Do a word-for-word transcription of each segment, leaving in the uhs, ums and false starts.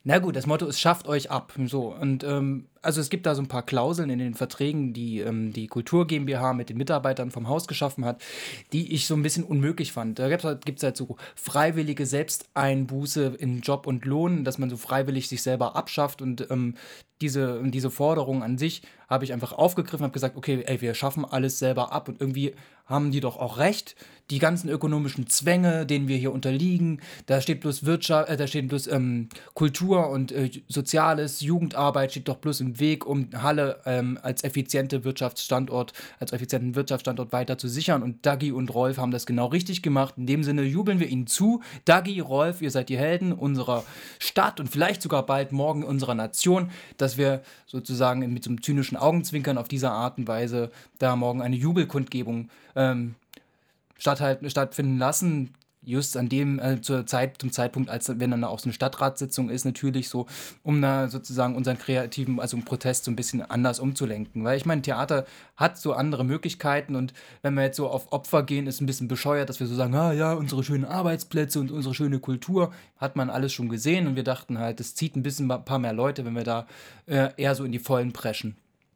Na gut, das Motto ist, schafft euch ab. So, und ähm, also es gibt da so ein paar Klauseln in den Verträgen, die ähm, die Kultur GmbH mit den Mitarbeitern vom Haus geschaffen hat, die ich so ein bisschen unmöglich fand. Da gibt es halt, gibt's halt so freiwillige Selbsteinbuße in Job und Lohn, dass man so freiwillig sich selber abschafft und ähm, diese, diese Forderung an sich habe ich einfach aufgegriffen, habe gesagt, okay, ey, wir schaffen alles selber ab und irgendwie haben die doch auch recht. Die ganzen ökonomischen Zwänge, denen wir hier unterliegen, da steht bloß Wirtschaft, äh, da steht bloß ähm, Kultur und äh, Soziales, Jugendarbeit steht doch bloß im Weg, um Halle ähm, als effiziente Wirtschaftsstandort, als effizienten Wirtschaftsstandort weiter zu sichern. Und Dagi und Rolf haben das genau richtig gemacht. In dem Sinne jubeln wir ihnen zu. Dagi, Rolf, ihr seid die Helden unserer Stadt und vielleicht sogar bald morgen unserer Nation, dass wir sozusagen mit so einem zynischen Augenzwinkern auf diese Art und Weise da morgen eine Jubelkundgebung ähm, statthalten, stattfinden lassen. Just an dem, äh, zur Zeit, zum Zeitpunkt, als wenn dann auch so eine Stadtratssitzung ist, natürlich so, um da sozusagen unseren kreativen, also einen Protest so ein bisschen anders umzulenken. Weil ich meine, Theater hat so andere Möglichkeiten und wenn wir jetzt so auf Opfer gehen, ist ein bisschen bescheuert, dass wir so sagen, ah ja, unsere schönen Arbeitsplätze und unsere schöne Kultur, hat man alles schon gesehen und wir dachten halt, das zieht ein bisschen ein paar mehr Leute, wenn wir da äh, eher so in die Vollen preschen.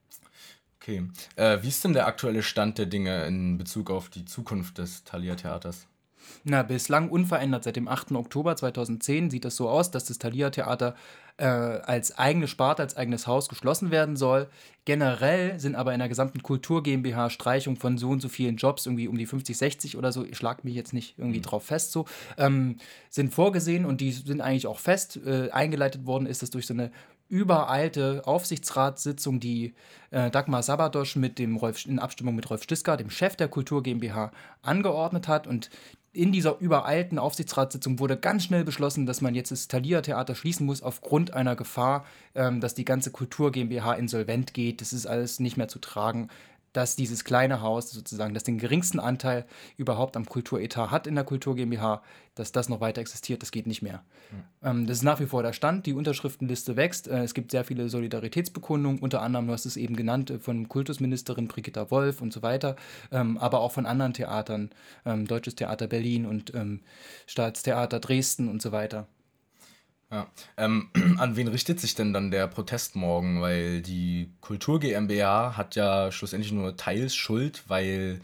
Okay. Äh, wie ist denn der aktuelle Stand der Dinge in Bezug auf die Zukunft des Thalia Theaters? Na, bislang unverändert. Seit dem achten Oktober zweitausendzehn sieht es so aus, dass das Thalia Theater äh, als eigene Sparte, als eigenes Haus geschlossen werden soll. Generell sind aber in der gesamten Kultur GmbH Streichung von so und so vielen Jobs, irgendwie um die fünfzig, sechzig oder so, ich schlag mich jetzt nicht irgendwie drauf fest, so, ähm, sind vorgesehen und die sind eigentlich auch fest. Äh, eingeleitet worden ist das durch so eine übereilte Aufsichtsratssitzung, die äh, Dagmar Sabadosch mit dem Rolf, in Abstimmung mit Rolf Stiska, dem Chef der Kultur GmbH, angeordnet hat. Und in dieser übereilten Aufsichtsratssitzung wurde ganz schnell beschlossen, dass man jetzt das Thalia Theater schließen muss aufgrund einer Gefahr, ähm, dass die ganze Kultur GmbH insolvent geht. Das ist alles nicht mehr zu tragen, dass dieses kleine Haus sozusagen, das den geringsten Anteil überhaupt am Kulturetat hat in der Kultur GmbH, dass das noch weiter existiert, das geht nicht mehr. Mhm. Ähm, das ist nach wie vor der Stand, die Unterschriftenliste wächst, äh, es gibt sehr viele Solidaritätsbekundungen, unter anderem, du hast es eben genannt, äh, von Kultusministerin Brigitta Wolf und so weiter, ähm, aber auch von anderen Theatern, ähm, Deutsches Theater Berlin und ähm, Staatstheater Dresden und so weiter. Ja. Ähm, an wen richtet sich denn dann der Protest morgen? Weil die Kultur GmbH hat ja schlussendlich nur teils Schuld, weil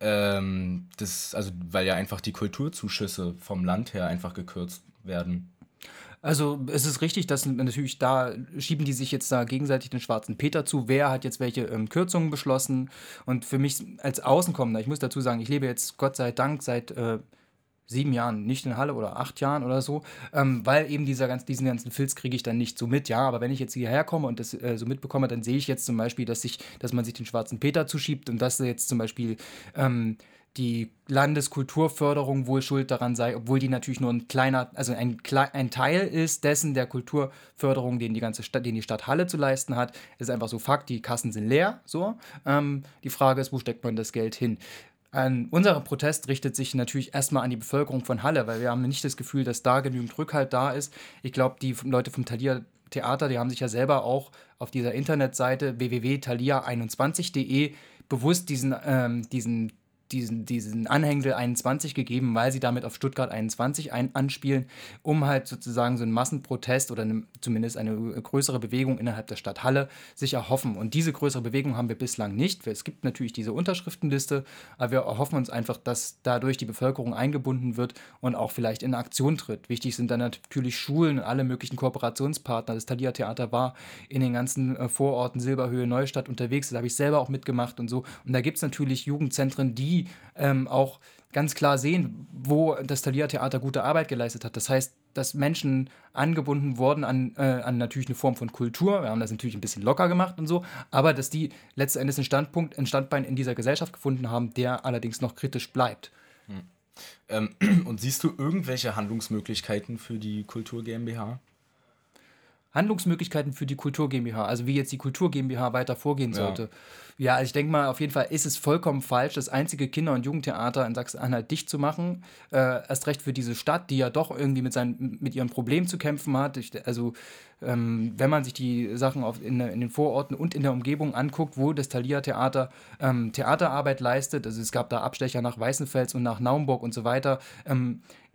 ähm, das, also weil ja einfach die Kulturzuschüsse vom Land her einfach gekürzt werden. Also es ist richtig, dass natürlich da schieben die sich jetzt da gegenseitig den schwarzen Peter zu. Wer hat jetzt welche ähm, Kürzungen beschlossen? Und für mich als Außenkommender, ich muss dazu sagen, ich lebe jetzt Gott sei Dank seit äh, sieben Jahren nicht in Halle oder acht Jahren oder so, ähm, weil eben dieser ganz, diesen ganzen Filz kriege ich dann nicht so mit, ja, aber wenn ich jetzt hierher komme und das äh, so mitbekomme, dann sehe ich jetzt zum Beispiel, dass sich, dass man sich den schwarzen Peter zuschiebt und dass jetzt zum Beispiel ähm, die Landeskulturförderung wohl schuld daran sei, obwohl die natürlich nur ein kleiner, also ein, ein Teil ist dessen der Kulturförderung, den die ganze Stadt, den die Stadt Halle zu leisten hat, ist einfach so Fakt, die Kassen sind leer, so. Ähm, die Frage ist, wo steckt man das Geld hin? An unser Protest richtet sich natürlich erstmal an die Bevölkerung von Halle, weil wir haben nicht das Gefühl, dass da genügend Rückhalt da ist. Ich glaube, die Leute vom Thalia Theater, die haben sich ja selber auch auf dieser Internetseite w w w punkt thalia einundzwanzig punkt de bewusst diesen, ähm, diesen diesen, diesen Anhängsel einundzwanzig gegeben, weil sie damit auf Stuttgart einundzwanzig ein, anspielen, um halt sozusagen so einen Massenprotest oder eine, zumindest eine größere Bewegung innerhalb der Stadt Halle sich erhoffen. Und diese größere Bewegung haben wir bislang nicht. Es gibt natürlich diese Unterschriftenliste, aber wir erhoffen uns einfach, dass dadurch die Bevölkerung eingebunden wird und auch vielleicht in Aktion tritt. Wichtig sind dann natürlich Schulen und alle möglichen Kooperationspartner. Das Thalia Theater war in den ganzen äh, Vororten Silberhöhe, Neustadt unterwegs. Das habe ich selber auch mitgemacht und so. Und da gibt es natürlich Jugendzentren, die ähm, auch ganz klar sehen, wo das Thalia Theater gute Arbeit geleistet hat. Das heißt, dass Menschen angebunden wurden an, äh, an natürlich eine Form von Kultur. Wir haben das natürlich ein bisschen locker gemacht und so, aber dass die letzten Endes einen Standpunkt, ein Standbein in dieser Gesellschaft gefunden haben, der allerdings noch kritisch bleibt. Hm. Ähm, und siehst du irgendwelche Handlungsmöglichkeiten für die Kultur GmbH? Handlungsmöglichkeiten für die Kultur GmbH, also wie jetzt die Kultur GmbH weiter vorgehen sollte. Ja, ja, also ich denke mal, auf jeden Fall ist es vollkommen falsch, das einzige Kinder- und Jugendtheater in Sachsen-Anhalt dicht zu machen. Äh, erst recht für diese Stadt, die ja doch irgendwie mit, seinen, mit ihren Problemen zu kämpfen hat. Ich, also ähm, wenn man sich die Sachen auf, in, in den Vororten und in der Umgebung anguckt, wo das Thalia Theater ähm, Theaterarbeit leistet, also es gab da Abstecher nach Weißenfels und nach Naumburg und so weiter, ähm,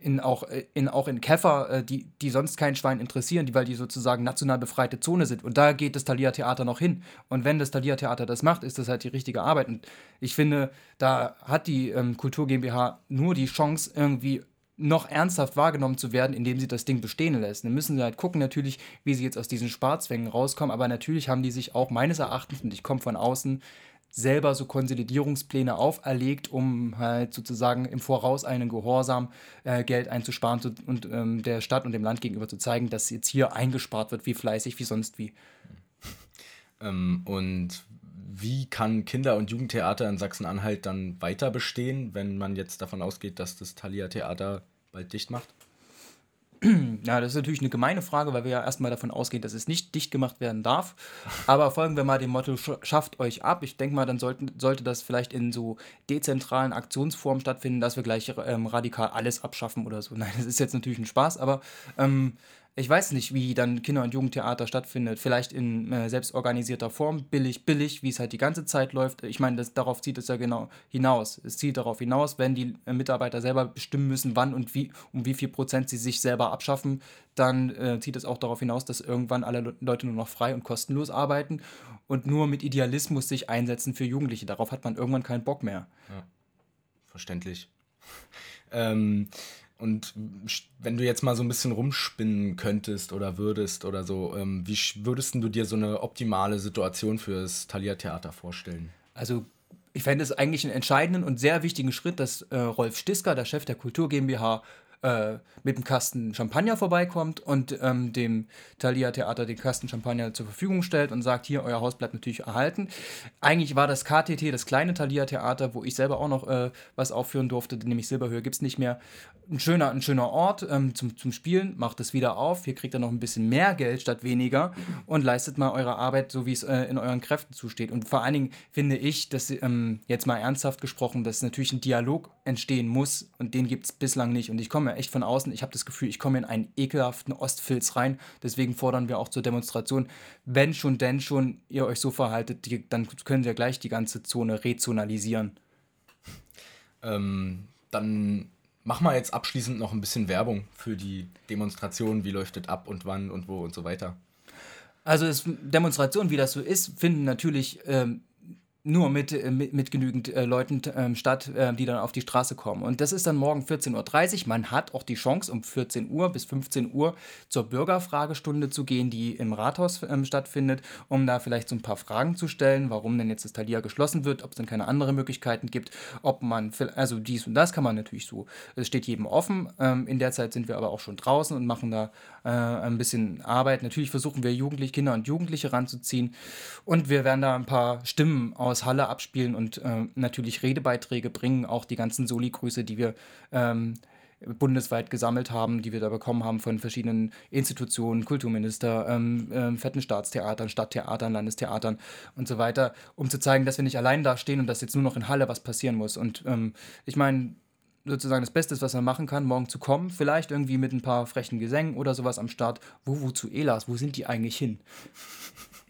in auch, äh, in, auch in Käfer, äh, die, die sonst kein Schwein interessieren, die, weil die sozusagen national befreite Zone sind. Und da geht das Thalia Theater noch hin. Und wenn das Thalia Theater das macht, ist das halt die richtige Arbeit. Und ich finde, da hat die ähm, Kultur GmbH nur die Chance, irgendwie noch ernsthaft wahrgenommen zu werden, indem sie das Ding bestehen lässt. Dann müssen sie halt gucken natürlich, wie sie jetzt aus diesen Sparzwängen rauskommen, aber natürlich haben die sich auch meines Erachtens, und ich komme von außen, selber so Konsolidierungspläne auferlegt, um halt sozusagen im Voraus einen Gehorsam äh, Geld einzusparen zu, und ähm, der Stadt und dem Land gegenüber zu zeigen, dass jetzt hier eingespart wird, wie fleißig, wie sonst wie. Ähm, und wie kann Kinder- und Jugendtheater in Sachsen-Anhalt dann weiter bestehen, wenn man jetzt davon ausgeht, dass das Thalia Theater bald dicht macht? Ja, das ist natürlich eine gemeine Frage, weil wir ja erstmal davon ausgehen, dass es nicht dicht gemacht werden darf. Aber folgen wir mal dem Motto, sch- schafft euch ab. Ich denke mal, dann sollten, sollte das vielleicht in so dezentralen Aktionsformen stattfinden, dass wir gleich ähm, radikal alles abschaffen oder so. Nein, das ist jetzt natürlich ein Spaß, aber ähm, ich weiß nicht, wie dann Kinder- und Jugendtheater stattfindet. Vielleicht in äh, selbstorganisierter Form, billig, billig, wie es halt die ganze Zeit läuft. Ich meine, das, darauf zieht es ja genau hinaus. Es zielt darauf hinaus, wenn die äh, Mitarbeiter selber bestimmen müssen, wann und wie, um wie viel Prozent sie sich selber abschaffen, dann äh, zieht es auch darauf hinaus, dass irgendwann alle Le- Leute nur noch frei und kostenlos arbeiten und nur mit Idealismus sich einsetzen für Jugendliche. Darauf hat man irgendwann keinen Bock mehr. Ja, verständlich. Ähm, und sch- wenn du jetzt mal so ein bisschen rumspinnen könntest oder würdest oder so, ähm, wie sch- würdest denn du dir so eine optimale Situation für das Thalia Theater vorstellen? Also ich fände es eigentlich einen entscheidenden und sehr wichtigen Schritt, dass äh, Rolf Stisker, der Chef der Kultur GmbH, äh, mit einem Kasten Champagner vorbeikommt und ähm, dem Thalia Theater den Kasten Champagner zur Verfügung stellt und sagt, hier, euer Haus bleibt natürlich erhalten. Eigentlich war das K T T, das kleine Thalia Theater, wo ich selber auch noch äh, was aufführen durfte, nämlich Silberhöhe gibt es nicht mehr, ein schöner, ein schöner Ort ähm, zum, zum Spielen, macht es wieder auf, hier kriegt ihr noch ein bisschen mehr Geld statt weniger und leistet mal eure Arbeit, so wie es äh, in euren Kräften zusteht. Und vor allen Dingen finde ich, dass ähm, jetzt mal ernsthaft gesprochen, dass natürlich ein Dialog entstehen muss und den gibt es bislang nicht. Und ich komme ja echt von außen, ich habe das Gefühl, ich komme in einen ekelhaften Ostfilz rein, deswegen fordern wir auch zur Demonstration, wenn schon, denn schon ihr euch so verhaltet, die, dann können wir gleich die ganze Zone rezonalisieren. Ähm, dann mach mal jetzt abschließend noch ein bisschen Werbung für die Demonstration. Wie läuft das ab und wann und wo und so weiter. Also es, Demonstrationen, wie das so ist, finden natürlich ähm, nur mit, äh, mit, mit genügend äh, Leuten ähm, statt, äh, die dann auf die Straße kommen. Und das ist dann morgen vierzehn Uhr dreißig. Man hat auch die Chance, um vierzehn Uhr bis fünfzehn Uhr zur Bürgerfragestunde zu gehen, die im Rathaus ähm, stattfindet, um da vielleicht so ein paar Fragen zu stellen, warum denn jetzt das Thalia geschlossen wird, ob es dann keine anderen Möglichkeiten gibt, ob man, vil- also dies und das kann man natürlich so, es steht jedem offen. Ähm, in der Zeit sind wir aber auch schon draußen und machen da äh, ein bisschen Arbeit. Natürlich versuchen wir Jugendliche, Kinder und Jugendliche ranzuziehen und wir werden da ein paar Stimmen aus Halle abspielen und äh, natürlich Redebeiträge bringen, auch die ganzen Soli-Grüße, die wir ähm, bundesweit gesammelt haben, die wir da bekommen haben von verschiedenen Institutionen, Kulturminister, ähm, ähm, fetten Staatstheatern, Stadttheatern, Landestheatern und so weiter, um zu zeigen, dass wir nicht allein da stehen und dass jetzt nur noch in Halle was passieren muss. Und ähm, ich meine, sozusagen das Beste ist, was man machen kann, morgen zu kommen, vielleicht irgendwie mit ein paar frechen Gesängen oder sowas am Start. Wo, wozu Elas? Wo sind die eigentlich hin?